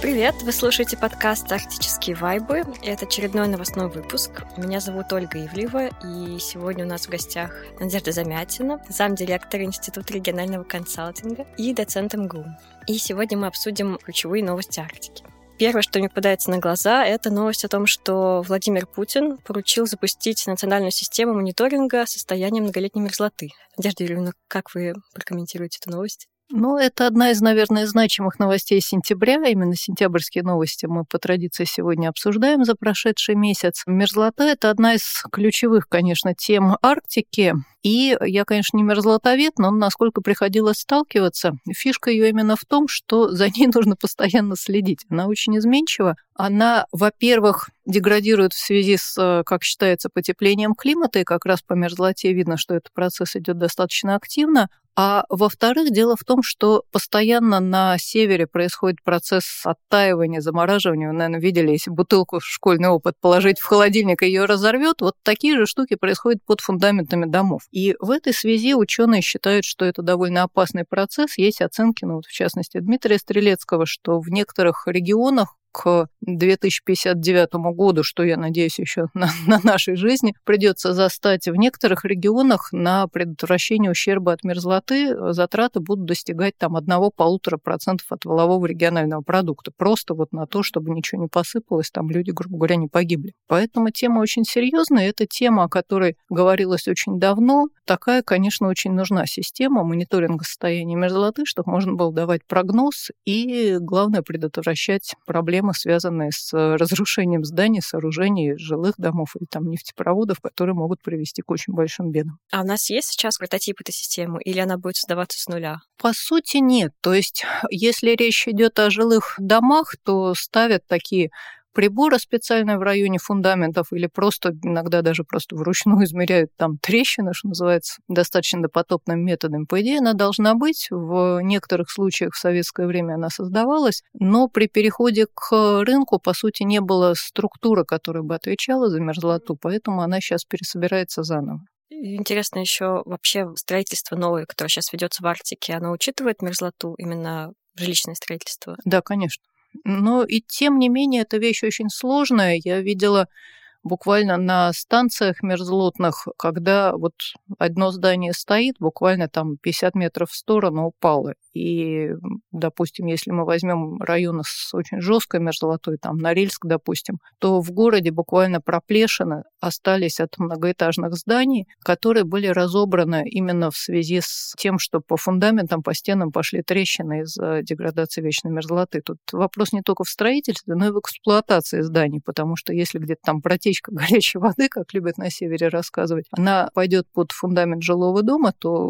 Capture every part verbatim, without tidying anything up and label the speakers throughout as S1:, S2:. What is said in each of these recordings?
S1: Привет! Вы слушаете подкаст «Арктические вайбы». Это очередной новостной выпуск. Меня зовут Ольга Ивлеева, и сегодня у нас в гостях Надежда Замятина, замдиректора Института регионального консалтинга и доцент эм гэ у. И сегодня мы обсудим ключевые новости Арктики. Первое, что мне попадается на глаза, это новость о том, что Владимир Путин поручил запустить национальную систему мониторинга состояния многолетней мерзлоты. Надежда Юрьевна, как вы прокомментируете эту новость?
S2: Ну, это одна из, наверное, значимых новостей сентября. Именно сентябрьские новости мы по традиции сегодня обсуждаем за прошедший месяц. Мерзлота — это одна из ключевых, конечно, тем Арктики. И я, конечно, не мерзлотовед, но насколько приходилось сталкиваться, фишка ее именно в том, что за ней нужно постоянно следить. Она очень изменчива. Она, во-первых, деградирует в связи с, как считается, потеплением климата, и как раз по мерзлоте видно, что этот процесс идет достаточно активно. А во-вторых, дело в том, что постоянно на севере происходит процесс оттаивания, замораживания. Вы, наверное, видели, если бутылку, школьный опыт, положить в холодильник и ее разорвет, вот такие же штуки происходят под фундаментами домов. И в этой связи ученые считают, что это довольно опасный процесс. Есть оценки, ну вот в частности Дмитрия Стрелецкого, что в некоторых регионах к две тысячи пятьдесят девятому году, что, я надеюсь, еще на, на нашей жизни придется застать, в некоторых регионах на предотвращение ущерба от мерзлоты затраты будут достигать там одного-полутора процентов от валового регионального продукта. Просто вот на то, чтобы ничего не посыпалось, там люди, грубо говоря, не погибли. Поэтому тема очень серьезная. Это тема, о которой говорилось очень давно. Такая, конечно, очень нужна система мониторинга состояния мерзлоты, чтобы можно было давать прогноз и, главное, предотвращать проблемы, связанные с разрушением зданий, сооружений, жилых домов или там нефтепроводов, которые могут привести к очень большим бедам.
S1: А у нас есть сейчас прототип этой системы, или она будет создаваться с нуля?
S2: По сути, нет. То есть, если речь идет о жилых домах, то ставят такие приборы специальные в районе фундаментов или просто иногда даже просто вручную измеряют там трещины, что называется, достаточно допотопным методом. По идее, она должна быть. В некоторых случаях в советское время она создавалась, но при переходе к рынку, по сути, не было структуры, которая бы отвечала за мерзлоту, поэтому она сейчас пересобирается заново.
S1: Интересно еще вообще строительство новое, которое сейчас ведется в Арктике, оно учитывает мерзлоту, именно жилищное строительство?
S2: Да, конечно. Но и тем не менее, эта вещь очень сложная. Я видела буквально на станциях мерзлотных, когда вот одно здание стоит, буквально там пятьдесят метров в сторону упало. И, допустим, если мы возьмем районы с очень жесткой мерзлотой, там Норильск, допустим, то в городе буквально проплешины остались от многоэтажных зданий, которые были разобраны именно в связи с тем, что по фундаментам, по стенам пошли трещины из-за деградации вечной мерзлоты. Тут вопрос не только в строительстве, но и в эксплуатации зданий, потому что если где-то там протечка горячей воды, как любят на севере рассказывать, она пойдет под фундамент жилого дома, то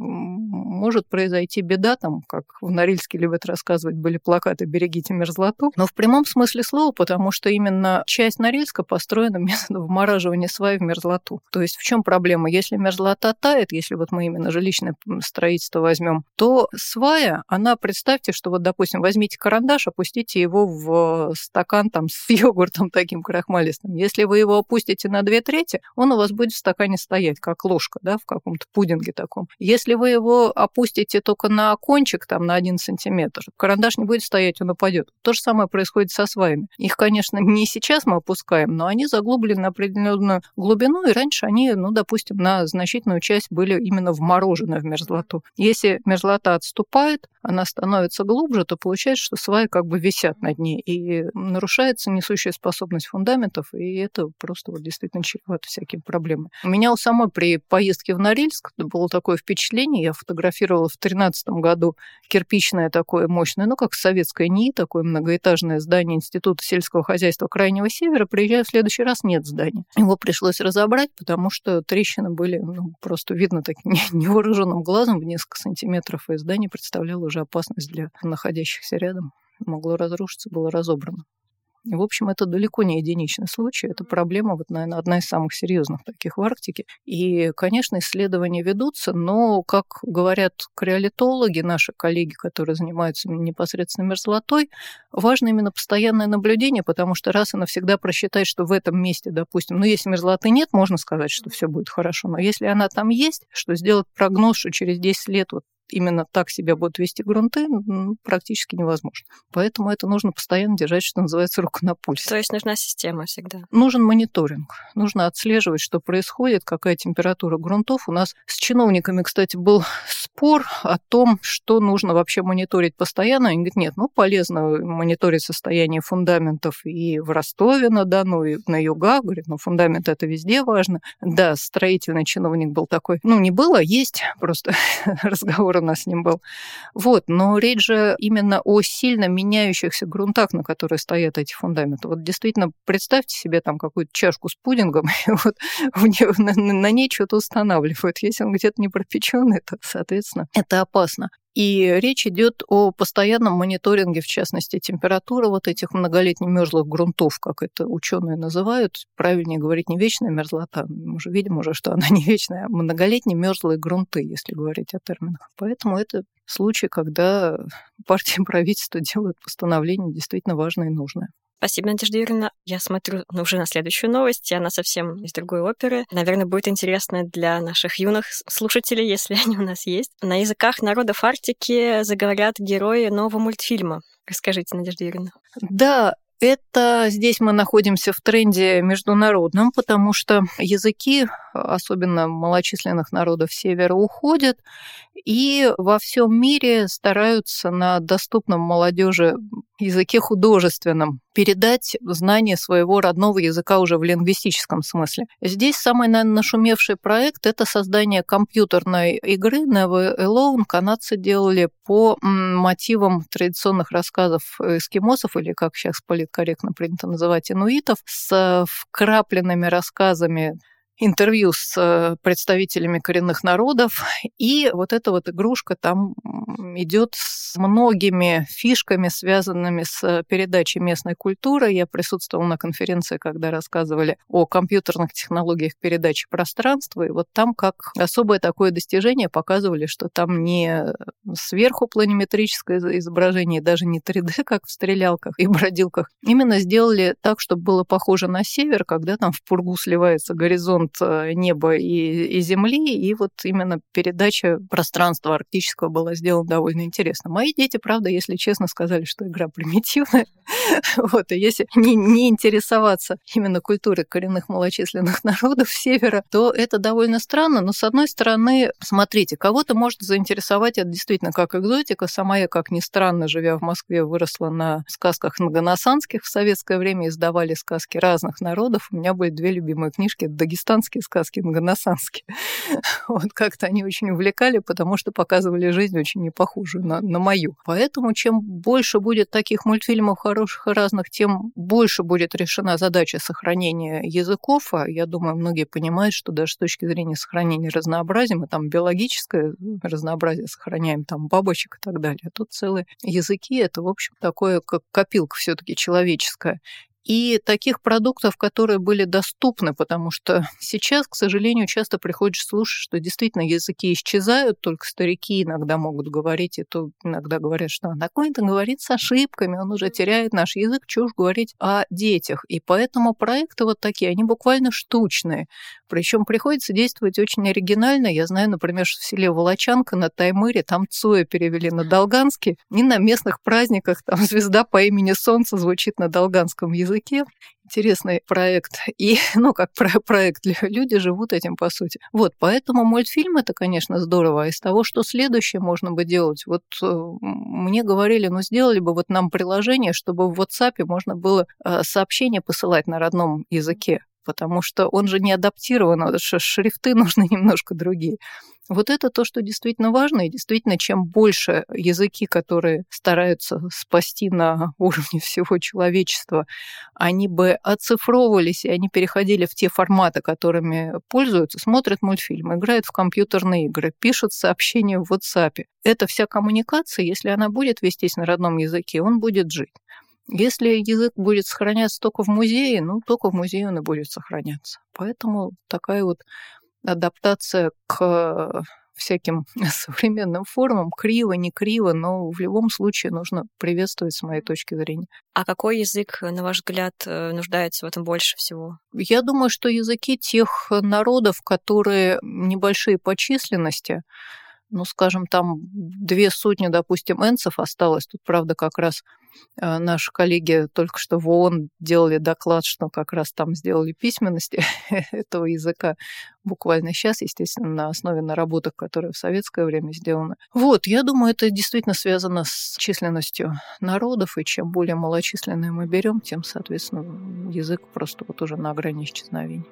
S2: может произойти беда, там, как в Норильске любят рассказывать, были плакаты «Берегите мерзлоту», но в прямом смысле слова, потому что именно часть Норильска построена методом вмораживания свай в мерзлоту. То есть в чем проблема? Если мерзлота тает, если вот мы именно жилищное строительство возьмем, то свая, она, представьте, что вот, допустим, возьмите карандаш, опустите его в стакан там с йогуртом таким крахмалистым. Если вы его опустите на две трети, он у вас будет в стакане стоять, как ложка, да, в каком-то пудинге таком. Если вы его опустите только на кончик, там, на один сантиметр, карандаш не будет стоять, он упадет. То же самое происходит со сваями. Их, конечно, не сейчас мы опускаем, но они заглублены на определенную глубину, и раньше они, ну, допустим, на значительную часть были именно вморожены в мерзлоту. Если мерзлота отступает, она становится глубже, то получается, что сваи как бы висят над ней, и нарушается несущая способность фундаментов, и это просто вот действительно чревато всякими проблемами. У меня у самой при поездке в Норильск было такое впечатление, я фотографировала в тринадцатом году кирпичное такое мощное, ну, как советское НИИ, такое многоэтажное здание Института сельского хозяйства Крайнего Севера. Приезжаю в следующий раз, нет здания. Его пришлось разобрать, потому что трещины были, ну, просто видно таким невооруженным глазом в несколько сантиметров, и здание представляло уже опасность для находящихся рядом. Могло разрушиться, было разобрано. В общем, это далеко не единичный случай. Это проблема, вот, наверное, одна из самых серьезных таких в Арктике. И, конечно, исследования ведутся, но, как говорят криолитологи, наши коллеги, которые занимаются непосредственно мерзлотой, важно именно постоянное наблюдение, потому что раз и навсегда просчитать, что в этом месте, допустим, ну, если мерзлоты нет, можно сказать, что все будет хорошо, но если она там есть, что сделать прогноз, что через десять лет вот именно так себя будут вести грунты, ну, практически невозможно. Поэтому это нужно постоянно держать, что называется, руку на пульсе.
S1: То есть нужна система всегда?
S2: Нужен мониторинг. Нужно отслеживать, что происходит, какая температура грунтов. У нас с чиновниками, кстати, был спор о том, что нужно вообще мониторить постоянно. Они говорят, нет, ну, полезно мониторить состояние фундаментов и в Ростове-на-Дону, и на югах. Говорит, ну, фундамент это везде важно. Да, строительный чиновник был такой. Ну, не было, есть, просто разговор у нас с ним был. Вот, но речь же именно о сильно меняющихся грунтах, на которые стоят эти фундаменты. Вот действительно, представьте себе там какую-то чашку с пудингом, и вот в нее, на, на ней что-то устанавливают. Если он где-то не пропеченный, то, соответственно, это опасно. И речь идет о постоянном мониторинге, в частности, температуры вот этих многолетних мерзлых грунтов, как это ученые называют. Правильнее говорить не вечная мерзлота. Мы уже видим уже, что она не вечная, а многолетние мерзлые грунты, если говорить о терминах. Поэтому это случай, когда партия и правительство делают постановление действительно важное и нужное.
S1: Спасибо, Надежда Юрьевна. Я смотрю ну, уже на следующую новость, и она совсем из другой оперы. Наверное, будет интересно для наших юных слушателей, если они у нас есть. На языках народов Арктики заговорят герои нового мультфильма. Расскажите, Надежда Юрьевна.
S2: Да, это здесь мы находимся в тренде международном, потому что языки, особенно малочисленных народов Севера, уходят, и во всем мире стараются на доступном молодежи языке художественном передать знание своего родного языка уже в лингвистическом смысле. Здесь самый, наверное, нашумевший проект – это создание компьютерной игры Never Alone. Канадцы делали по мотивам традиционных рассказов эскимосов, или, как сейчас политкорректно принято называть, инуитов, с вкрапленными рассказами, интервью с представителями коренных народов. И вот эта вот игрушка там идет с многими фишками, связанными с передачей местной культуры. Я присутствовала на конференции, когда рассказывали о компьютерных технологиях передачи пространства. И вот там как особое такое достижение показывали, что там не сверху планиметрическое изображение, даже не три дэ, как в стрелялках и бродилках. Именно сделали так, чтобы было похоже на север, когда там в пургу сливается горизонт неба и, и земли, и вот именно передача пространства арктического была сделана довольно интересно. Мои дети, правда, если честно, сказали, что игра примитивная. Вот, и если не, не интересоваться именно культурой коренных малочисленных народов Севера, то это довольно странно, но, с одной стороны, смотрите, кого-то может заинтересовать это действительно как экзотика. Сама я, как ни странно, живя в Москве, выросла на сказках нгоносанских. В советское время издавали сказки разных народов. У меня были две любимые книжки — дагестанские сказки, нгоносанские. Вот как-то они очень увлекали, потому что показывали жизнь очень не похожую на, на мою. Поэтому чем больше будет таких мультфильмов хороших и разных, тем больше будет решена задача сохранения языков. А я думаю, многие понимают, что даже с точки зрения сохранения разнообразия, мы там биологическое разнообразие сохраняем, там бабочек и так далее. А тут целые языки — это, в общем, такое, как копилка все-таки человеческая. И таких продуктов, которые были доступны, потому что сейчас, к сожалению, часто приходится слушать, что действительно языки исчезают, только старики иногда могут говорить, и то иногда говорят, что такой-то говорит с ошибками, он уже теряет наш язык, чего уж говорить о детях. И поэтому проекты вот такие, они буквально штучные. Причем приходится действовать очень оригинально. Я знаю, например, что в селе Волочанка на Таймыре там Цоя перевели на долганский, и на местных праздниках там звезда по имени Солнце звучит на долганском языке. Интересный проект. И, ну, как про проект, люди живут этим, по сути. Вот, поэтому мультфильм — это, конечно, здорово. А из того, что следующее можно бы делать, вот мне говорили, ну, сделали бы вот нам приложение, чтобы в WhatsApp можно было сообщения посылать на родном языке, потому что он же не адаптирован, шрифты нужны немножко другие. Вот это то, что действительно важно, и действительно, чем больше языки, которые стараются спасти на уровне всего человечества, они бы оцифровывались, и они переходили в те форматы, которыми пользуются, смотрят мультфильмы, играют в компьютерные игры, пишут сообщения в WhatsApp. Эта вся коммуникация, если она будет вестись на родном языке, он будет жить. Если язык будет сохраняться только в музее, ну, только в музее он и будет сохраняться. Поэтому такая вот адаптация к всяким современным формам, криво, не криво, но в любом случае нужно приветствовать с моей точки зрения.
S1: А какой язык, на ваш взгляд, нуждается в этом больше всего?
S2: Я думаю, что языки тех народов, которые небольшие по численности, ну, скажем, там две сотни, допустим, энцев осталось. Тут, правда, как раз э, наши коллеги только что в ООН делали доклад, что как раз там сделали письменности этого языка буквально сейчас, естественно, на основе наработок, которые в советское время сделаны. Вот, я думаю, это действительно связано с численностью народов, и чем более малочисленные мы берем, тем, соответственно, язык просто вот уже на грани исчезновения.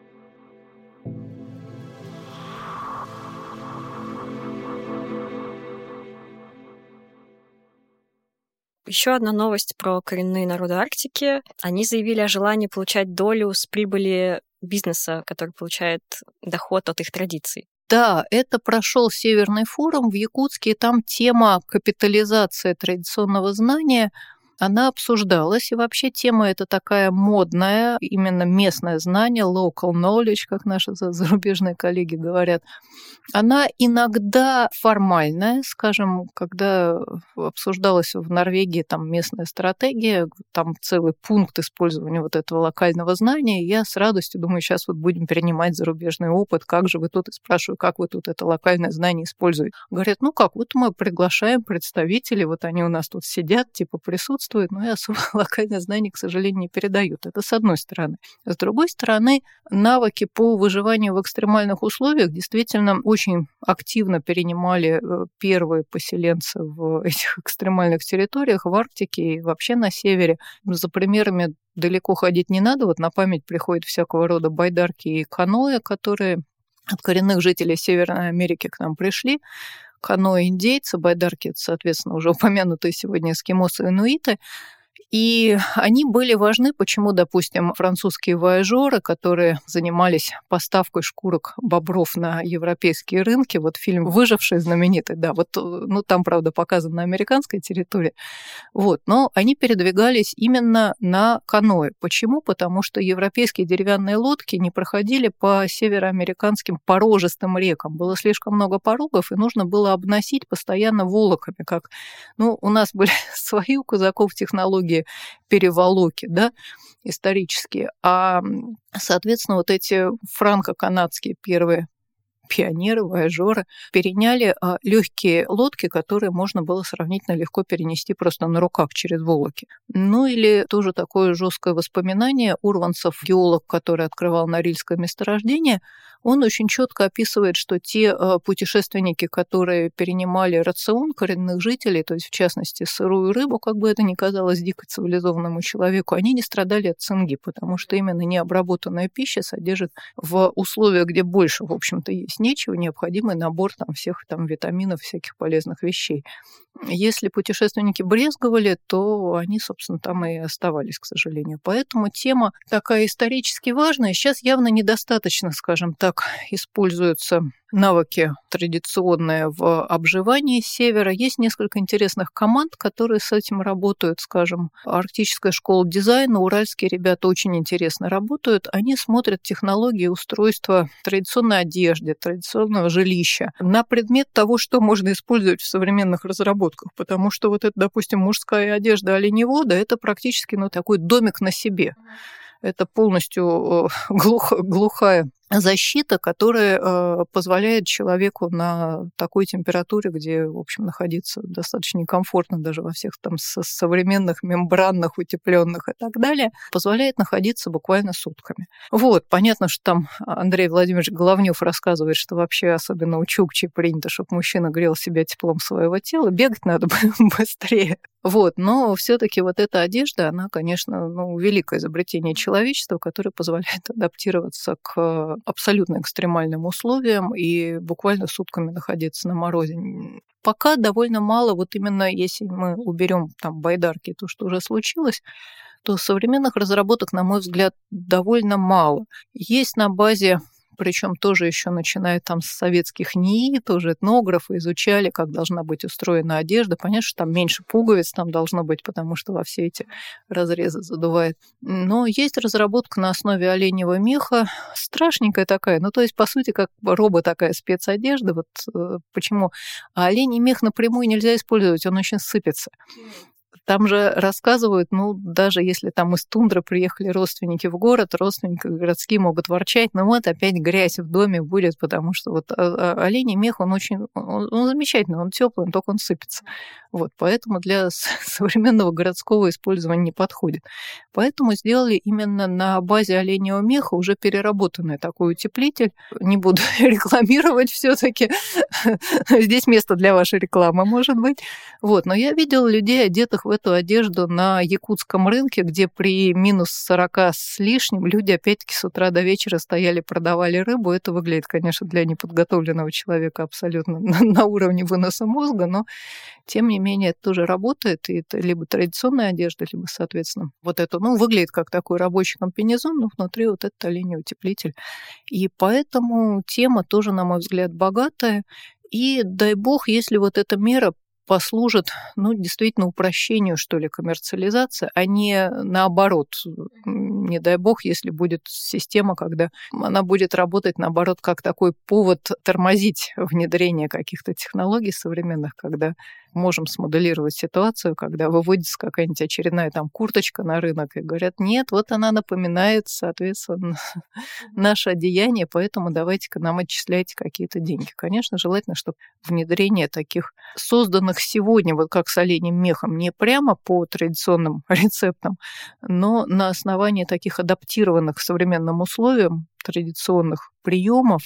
S1: Еще одна новость про коренные народы Арктики. Они заявили о желании получать долю с прибыли бизнеса, который получает доход от их традиций.
S2: Да, это прошел Северный форум в Якутске, и там тема капитализации традиционного знания, она обсуждалась, и вообще тема эта такая модная, именно местное знание, local knowledge, как наши зарубежные коллеги говорят. Она иногда формальная, скажем, когда обсуждалась в Норвегии там местная стратегия, там целый пункт использования вот этого локального знания, я с радостью думаю, сейчас вот будем перенимать зарубежный опыт, как же вы тут, и спрашиваю, как вы тут это локальное знание используете. Говорят, ну как, вот мы приглашаем представителей, вот они у нас тут сидят, типа присутствуют, но и особо локальное знание, к сожалению, не передают. Это с одной стороны. С другой стороны, навыки по выживанию в экстремальных условиях действительно очень активно перенимали первые поселенцы в этих экстремальных территориях, в Арктике и вообще на севере. За примерами далеко ходить не надо. Вот на память приходят всякого рода байдарки и каноэ, которые от коренных жителей Северной Америки к нам пришли. Каноэ индейцы, байдарки, это, соответственно, уже упомянутые сегодня эскимосы и инуиты. И они были важны, почему, допустим, французские вояжеры, которые занимались поставкой шкурок бобров на европейские рынки, вот фильм «Выживший» знаменитый, да, вот, ну, там, правда, показан на американской территории, вот, но они передвигались именно на каноэ. Почему? Потому что европейские деревянные лодки не проходили по североамериканским порожистым рекам. Было слишком много порогов, и нужно было обносить постоянно волоками, как, ну, у нас были свои у казаков технологии переволоки, да, исторические. А, соответственно, вот эти франко-канадские первые пионеры, вояжеры переняли а, легкие лодки, которые можно было сравнительно легко перенести просто на руках через Волоки. Ну или тоже такое жесткое воспоминание Урванцев, геолог, который открывал Норильское месторождение, он очень четко описывает, что те а, путешественники, которые перенимали рацион коренных жителей, то есть в частности сырую рыбу, как бы это ни казалось дико цивилизованному человеку, они не страдали от цинги, потому что именно необработанная пища содержит в условиях, где больше, в общем-то, есть нечего, необходимый набор там всех там витаминов, всяких полезных вещей. Если путешественники брезговали, то они, собственно, там и оставались, к сожалению. Поэтому тема такая исторически важная. Сейчас явно недостаточно, скажем так, используются навыки традиционные в обживании севера. Есть несколько интересных команд, которые с этим работают, скажем, Арктическая школа дизайна, уральские ребята очень интересно работают. Они смотрят технологии устройства традиционной одежды, традиционного жилища на предмет того, что можно использовать в современных разработках. Потому что вот это, допустим, мужская одежда оленевода, это практически, ну, такой домик на себе. Это полностью глух, глухая защита, которая э, позволяет человеку на такой температуре, где, в общем, находиться достаточно некомфортно даже во всех там современных мембранных, утепленных и так далее, позволяет находиться буквально сутками. Вот, понятно, что там Андрей Владимирович Головнёв рассказывает, что вообще особенно у чукчей принято, чтобы мужчина грел себя теплом своего тела, бегать надо быстрее. Вот, но все-таки вот эта одежда, она, конечно, ну, великое изобретение человечества, которое позволяет адаптироваться к абсолютно экстремальным условиям и буквально сутками находиться на морозе. Пока довольно мало, вот именно если мы уберем там байдарки, то, что уже случилось, то современных разработок, на мой взгляд, довольно мало. Есть на базе, причем тоже еще начиная там с советских НИИ, тоже этнографы изучали, как должна быть устроена одежда. Понятно, что там меньше пуговиц там должно быть, потому что во все эти разрезы задувает. Но есть разработка на основе оленьего меха, страшненькая такая, ну то есть по сути как робо такая спецодежда. Вот почему? А оленей мех напрямую нельзя использовать, он очень сыпется. Там же рассказывают, ну, даже если там из тундры приехали родственники в город, родственники городские могут ворчать, но вот опять грязь в доме будет, потому что вот оленей мех, он очень, он, он замечательный, он теплый, только он сыпется. Вот, поэтому для современного городского использования не подходит. Поэтому сделали именно на базе оленьего меха уже переработанный такой утеплитель. Не буду рекламировать все-таки. Здесь место для вашей рекламы, может быть. Вот, но я видела людей, одетых в эту одежду на якутском рынке, где при минус сорока с лишним люди опять-таки с утра до вечера стояли, продавали рыбу. Это выглядит, конечно, для неподготовленного человека абсолютно на уровне выноса мозга, но тем не менее это тоже работает, и это либо традиционная одежда, либо, соответственно, вот это, ну, выглядит как такой рабочий комбинезон, но внутри вот этот оленей утеплитель. И поэтому тема тоже, на мой взгляд, богатая. И дай бог, если вот эта мера послужит, ну, действительно, упрощению, что ли, коммерциализации, а не наоборот. Не дай бог, если будет система, когда она будет работать, наоборот, как такой повод тормозить внедрение каких-то технологий современных, когда можем смоделировать ситуацию, когда выводится какая-нибудь очередная там курточка на рынок и говорят, нет, вот она напоминает, соответственно, наше одеяние, поэтому давайте-ка нам отчисляйте какие-то деньги. Конечно, желательно, чтобы внедрение таких созданных сегодня, вот как с оленем мехом, не прямо по традиционным рецептам, но на основании таких адаптированных к современным условиям традиционных приемов,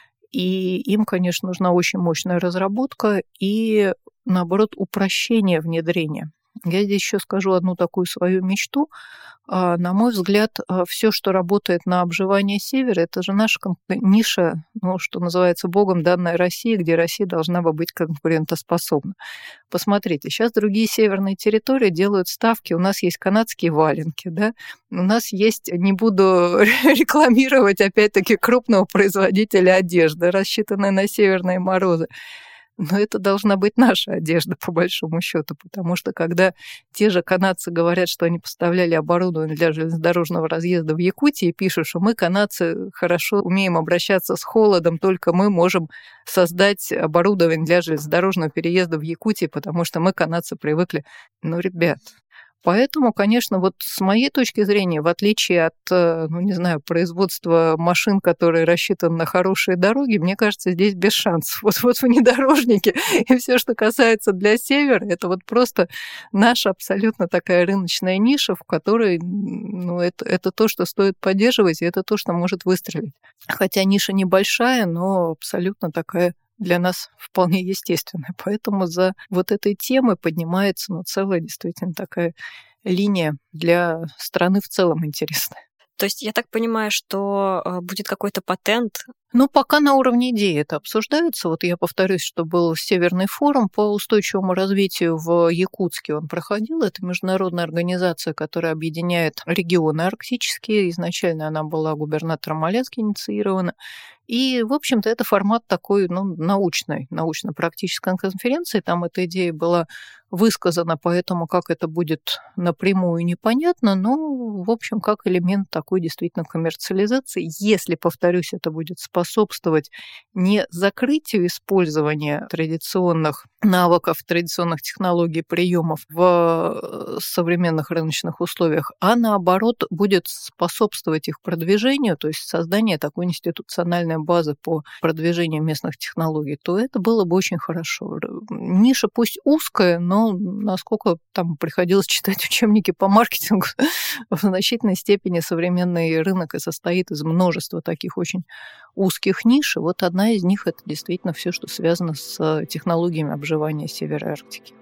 S2: и им, конечно, нужна очень мощная разработка и, наоборот, упрощение внедрения. Я здесь еще скажу одну такую свою мечту. На мой взгляд, все, что работает на обживание севера, это же наша ниша, ну, что называется, богом данная России, где Россия должна бы быть конкурентоспособна. Посмотрите, сейчас другие северные территории делают ставки, у нас есть канадские валенки, да, у нас есть, не буду рекламировать, опять-таки, крупного производителя одежды, рассчитанной на северные морозы. Но это должна быть наша одежда, по большому счету, потому что когда те же канадцы говорят, что они поставляли оборудование для железнодорожного разъезда в Якутии, и пишут, что мы, канадцы, хорошо умеем обращаться с холодом, только мы можем создать оборудование для железнодорожного переезда в Якутии, потому что мы, канадцы, привыкли. Ну, ребят... Поэтому, конечно, вот с моей точки зрения, в отличие от, ну, не знаю, производства машин, которые рассчитаны на хорошие дороги, мне кажется, здесь без шансов. Вот, вот внедорожники и все, что касается для севера, это вот просто наша абсолютно такая рыночная ниша, в которой, ну, это, это то, что стоит поддерживать, и это то, что может выстрелить. Хотя ниша небольшая, но абсолютно такая для нас вполне естественная. Поэтому за вот этой темой поднимается, ну, целая действительно такая линия для страны в целом интересная.
S1: То есть я так понимаю, что будет какой-то патент?
S2: Ну, пока на уровне идеи это обсуждается. Вот я повторюсь, что был Северный форум по устойчивому развитию в Якутске. Он проходил. Это международная организация, которая объединяет регионы арктические. Изначально она была губернатором Аляски инициирована. И, в общем-то, это формат такой, ну, научной, научно-практической конференции. Там эта идея была высказана, поэтому как это будет напрямую непонятно, но, в общем, как элемент такой действительно коммерциализации, если, повторюсь, это будет способствовать не закрытию использования традиционных навыков, традиционных технологий, приемов в современных рыночных условиях, а наоборот будет способствовать их продвижению, то есть создание такой институциональной базы по продвижению местных технологий, то это было бы очень хорошо. Ниша пусть узкая, но насколько там приходилось читать учебники по маркетингу, в значительной степени современный рынок и состоит из множества таких очень узких ниш. И вот одна из них – это действительно все, что связано с технологиями обживания Севера Арктики.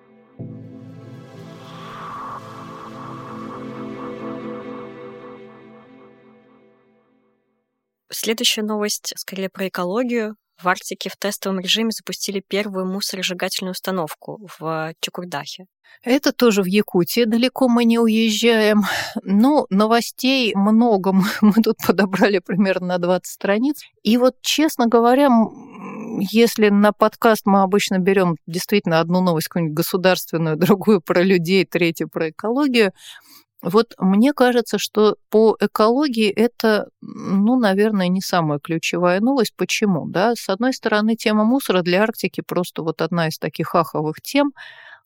S1: Следующая новость, скорее, про экологию. В Арктике в тестовом режиме запустили первую мусоросжигательную установку в Чукурдахе.
S2: Это тоже в Якутии, далеко мы не уезжаем. Ну, новостей много, мы тут подобрали примерно на двадцать страниц. И вот, честно говоря, если на подкаст мы обычно берем действительно одну новость, какую-нибудь государственную, другую про людей, третью про экологию, вот мне кажется, что по экологии это, ну, наверное, не самая ключевая новость. Почему? Да? С одной стороны, тема мусора для Арктики просто вот одна из таких аховых тем,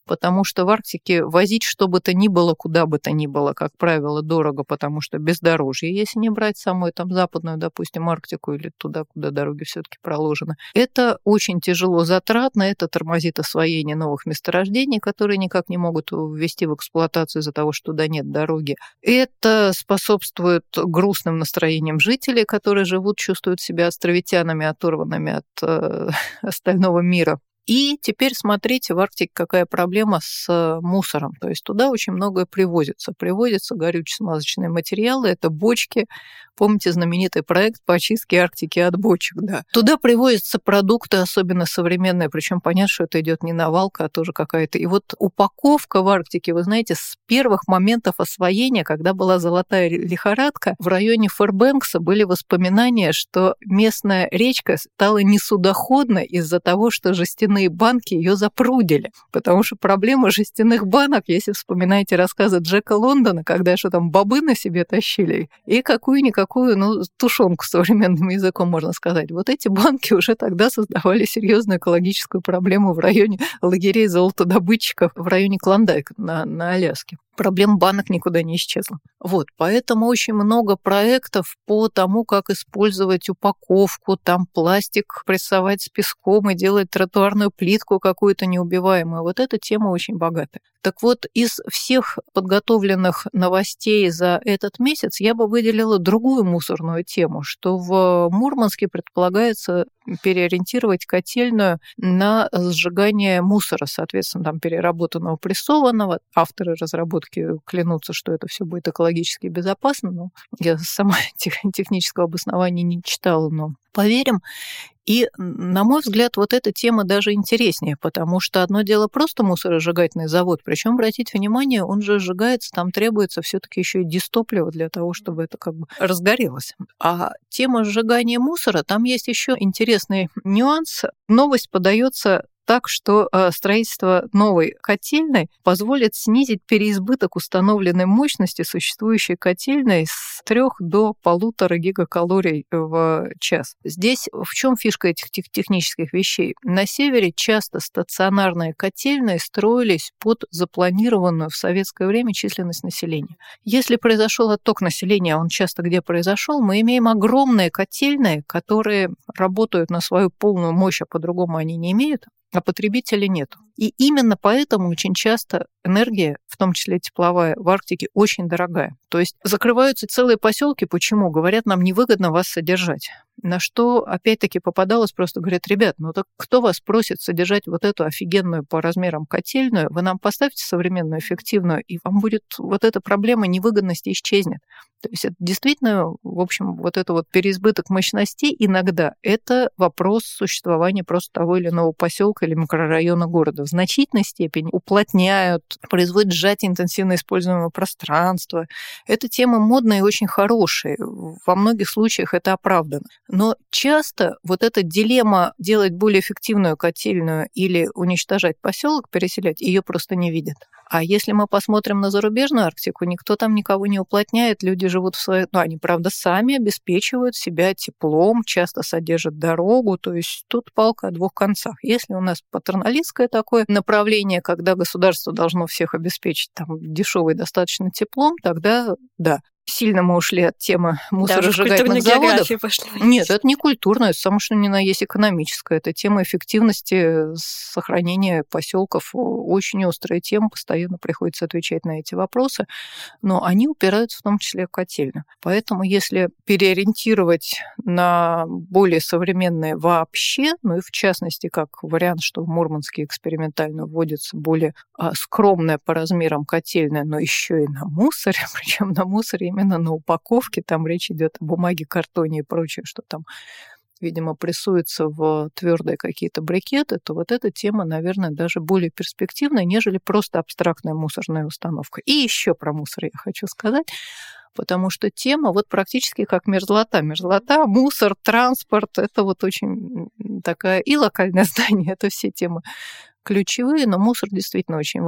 S2: потому что в Арктике возить что бы то ни было, куда бы то ни было, как правило, дорого, потому что бездорожье, если не брать самую там западную, допустим, Арктику или туда, куда дороги все-таки проложены. Это очень тяжело затратно, это тормозит освоение новых месторождений, которые никак не могут ввести в эксплуатацию из-за того, что туда нет дороги. Это способствует грустным настроениям жителей, которые живут, чувствуют себя островитянами, оторванными от э, остального мира. И теперь смотрите, в Арктике какая проблема с мусором. То есть туда очень многое привозится. Привозятся горюче-смазочные материалы, это бочки. Помните знаменитый проект по очистке Арктики от бочек? Да. Туда привозятся продукты, особенно современные, причем понятно, что это идет не навалка, а тоже какая-то. И вот упаковка в Арктике, вы знаете, с первых моментов освоения, когда была золотая лихорадка, в районе Фэрбэнкса были воспоминания, что местная речка стала несудоходной из-за того, что жестяные банки ее запрудили. Потому что проблема жестяных банок, если вспоминаете рассказы Джека Лондона, когда что там бобы на себе тащили, и какую-никакую Какую, ну, тушенку современным языком можно сказать. Вот эти банки уже тогда создавали серьезную экологическую проблему в районе лагерей золотодобытчиков, в районе Клондайка на, на Аляске. Проблема банок никуда не исчезла. Вот, поэтому очень много проектов по тому, как использовать упаковку, там пластик прессовать с песком и делать тротуарную плитку какую-то неубиваемую. Вот эта тема очень богатая. Так вот, из всех подготовленных новостей за этот месяц я бы выделила другую мусорную тему, что в Мурманске предполагается переориентировать котельную на сжигание мусора, соответственно, там переработанного прессованного. Авторы разработки клянутся, что это все будет экологически безопасно, но я сама тех, технического обоснования не читала, но поверим. И, на мой взгляд, вот эта тема даже интереснее, потому что одно дело просто мусоросжигательный завод, причем, обратите внимание, он же сжигается, там требуется все-таки еще и дистопливо для того, чтобы это как бы разгорелось. А тема сжигания мусора, там есть еще интересный нюанс. Новость подается так, что строительство новой котельной позволит снизить переизбыток установленной мощности существующей котельной с трёх до полутора гигакалорий в час. Здесь в чем фишка этих технических вещей? На севере часто стационарные котельные строились под запланированную в советское время численность населения. Если произошел отток населения, а он часто где произошел, мы имеем огромные котельные, которые работают на свою полную мощь, а по-другому они не имеют, а потребителя нету. И именно поэтому очень часто энергия, в том числе тепловая, в Арктике очень дорогая. То есть закрываются целые поселки. Почему? Говорят, нам невыгодно вас содержать. На что, опять-таки, попадалось, просто говорят, ребят, ну так кто вас просит содержать вот эту офигенную по размерам котельную? Вы нам поставьте современную, эффективную, и вам будет вот эта проблема невыгодности исчезнет. То есть это действительно, в общем, вот это вот переизбыток мощностей иногда это вопрос существования просто того или иного поселка или микрорайона города. В значительной степени уплотняют, производят сжатие интенсивно используемого пространства. Эта тема модная и очень хорошая. Во многих случаях это оправдано. Но часто вот эта дилемма делать более эффективную котельную или уничтожать поселок, переселять, ее просто не видят. А если мы посмотрим на зарубежную Арктику, никто там никого не уплотняет, люди живут в своей... Ну, они, правда, сами обеспечивают себя теплом, часто содержат дорогу, то есть тут палка о двух концах. Если у нас патерналистское такое направление, когда государство должно всех обеспечить там дешевой достаточно теплом, тогда да. Сильно мы ушли от темы мусоросжигательных заводов.
S1: Пошли.
S2: Нет, это не культурное, это само что ни на есть экономическое. Это тема эффективности сохранения поселков. Очень острая тема, постоянно приходится отвечать на эти вопросы, но они упираются в том числе в котельную. Поэтому если переориентировать на более современные вообще, ну и в частности, как вариант, что в Мурманске экспериментально вводится более скромная по размерам котельная, но еще и на мусоре, причем на мусоре именно на упаковке, там речь идет о бумаге, картоне и прочее, что там, видимо, прессуется в твердые какие-то брикеты, то вот эта тема, наверное, даже более перспективная, нежели просто абстрактная мусорная установка. И еще про мусор я хочу сказать, потому что тема вот практически как мерзлота. Мерзлота, мусор, транспорт, это вот очень такая и локальное здание, это все темы ключевые, но мусор действительно очень важен.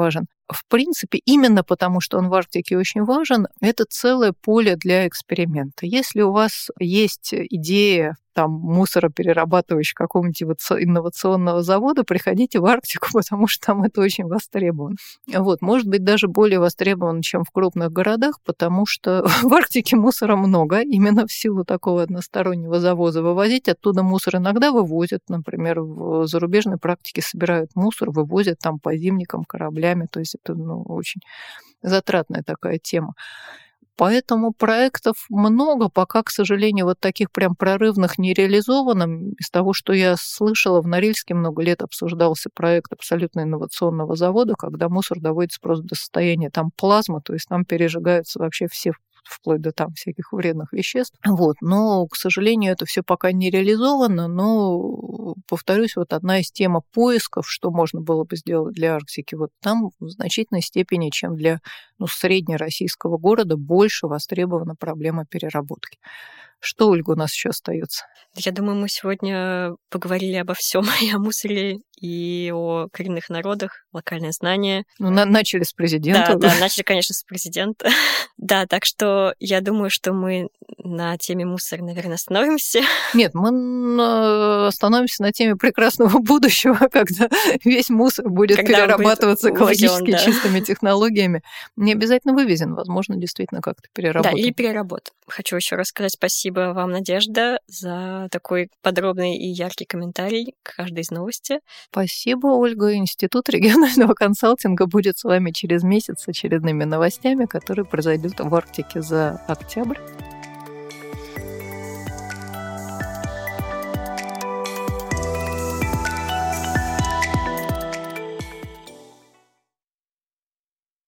S2: в принципе, именно потому, что он в Арктике очень важен, это целое поле для эксперимента. Если у вас есть идея там мусороперерабатывающего какого-нибудь инновационного завода, приходите в Арктику, потому что там это очень востребовано. Вот, может быть, даже более востребовано, чем в крупных городах, потому что в Арктике мусора много, именно в силу такого одностороннего завоза. Вывозить оттуда мусор иногда вывозят, например, в зарубежной практике собирают мусор, вывозят там по зимникам, кораблями, то есть это ну, очень затратная такая тема. Поэтому проектов много, пока, к сожалению, вот таких прям прорывных не реализовано. Из того, что я слышала, в Норильске много лет обсуждался проект абсолютно инновационного завода, когда мусор доводится просто до состояния там плазмы, то есть там пережигаются вообще все вплоть до там всяких вредных веществ. Вот. Но, к сожалению, это все пока не реализовано, но, повторюсь, вот одна из тем поисков, что можно было бы сделать для Арктики, вот там в значительной степени, чем для ну, среднероссийского города, больше востребована проблема переработки. Что, Ольга, у нас еще остается?
S1: Я думаю, мы сегодня поговорили обо всем, и о мусоре, и о коренных народах, локальное знание.
S2: Ну, на- начали с президента.
S1: Да, да, начали, конечно, с президента. Да, так что я думаю, что мы на теме мусора, наверное, остановимся.
S2: Нет, мы остановимся на теме прекрасного будущего, когда весь мусор будет когда перерабатываться будет экологически увезён, да. чистыми технологиями. Не обязательно вывезен, возможно, действительно как-то переработан.
S1: Да, или переработан. Хочу еще раз сказать спасибо вам, Надежда, за такой подробный и яркий комментарий к каждой из новостей.
S2: Спасибо, Ольга. Институт регионального консалтинга будет с вами через месяц с очередными новостями, которые произойдут в Арктике за октябрь.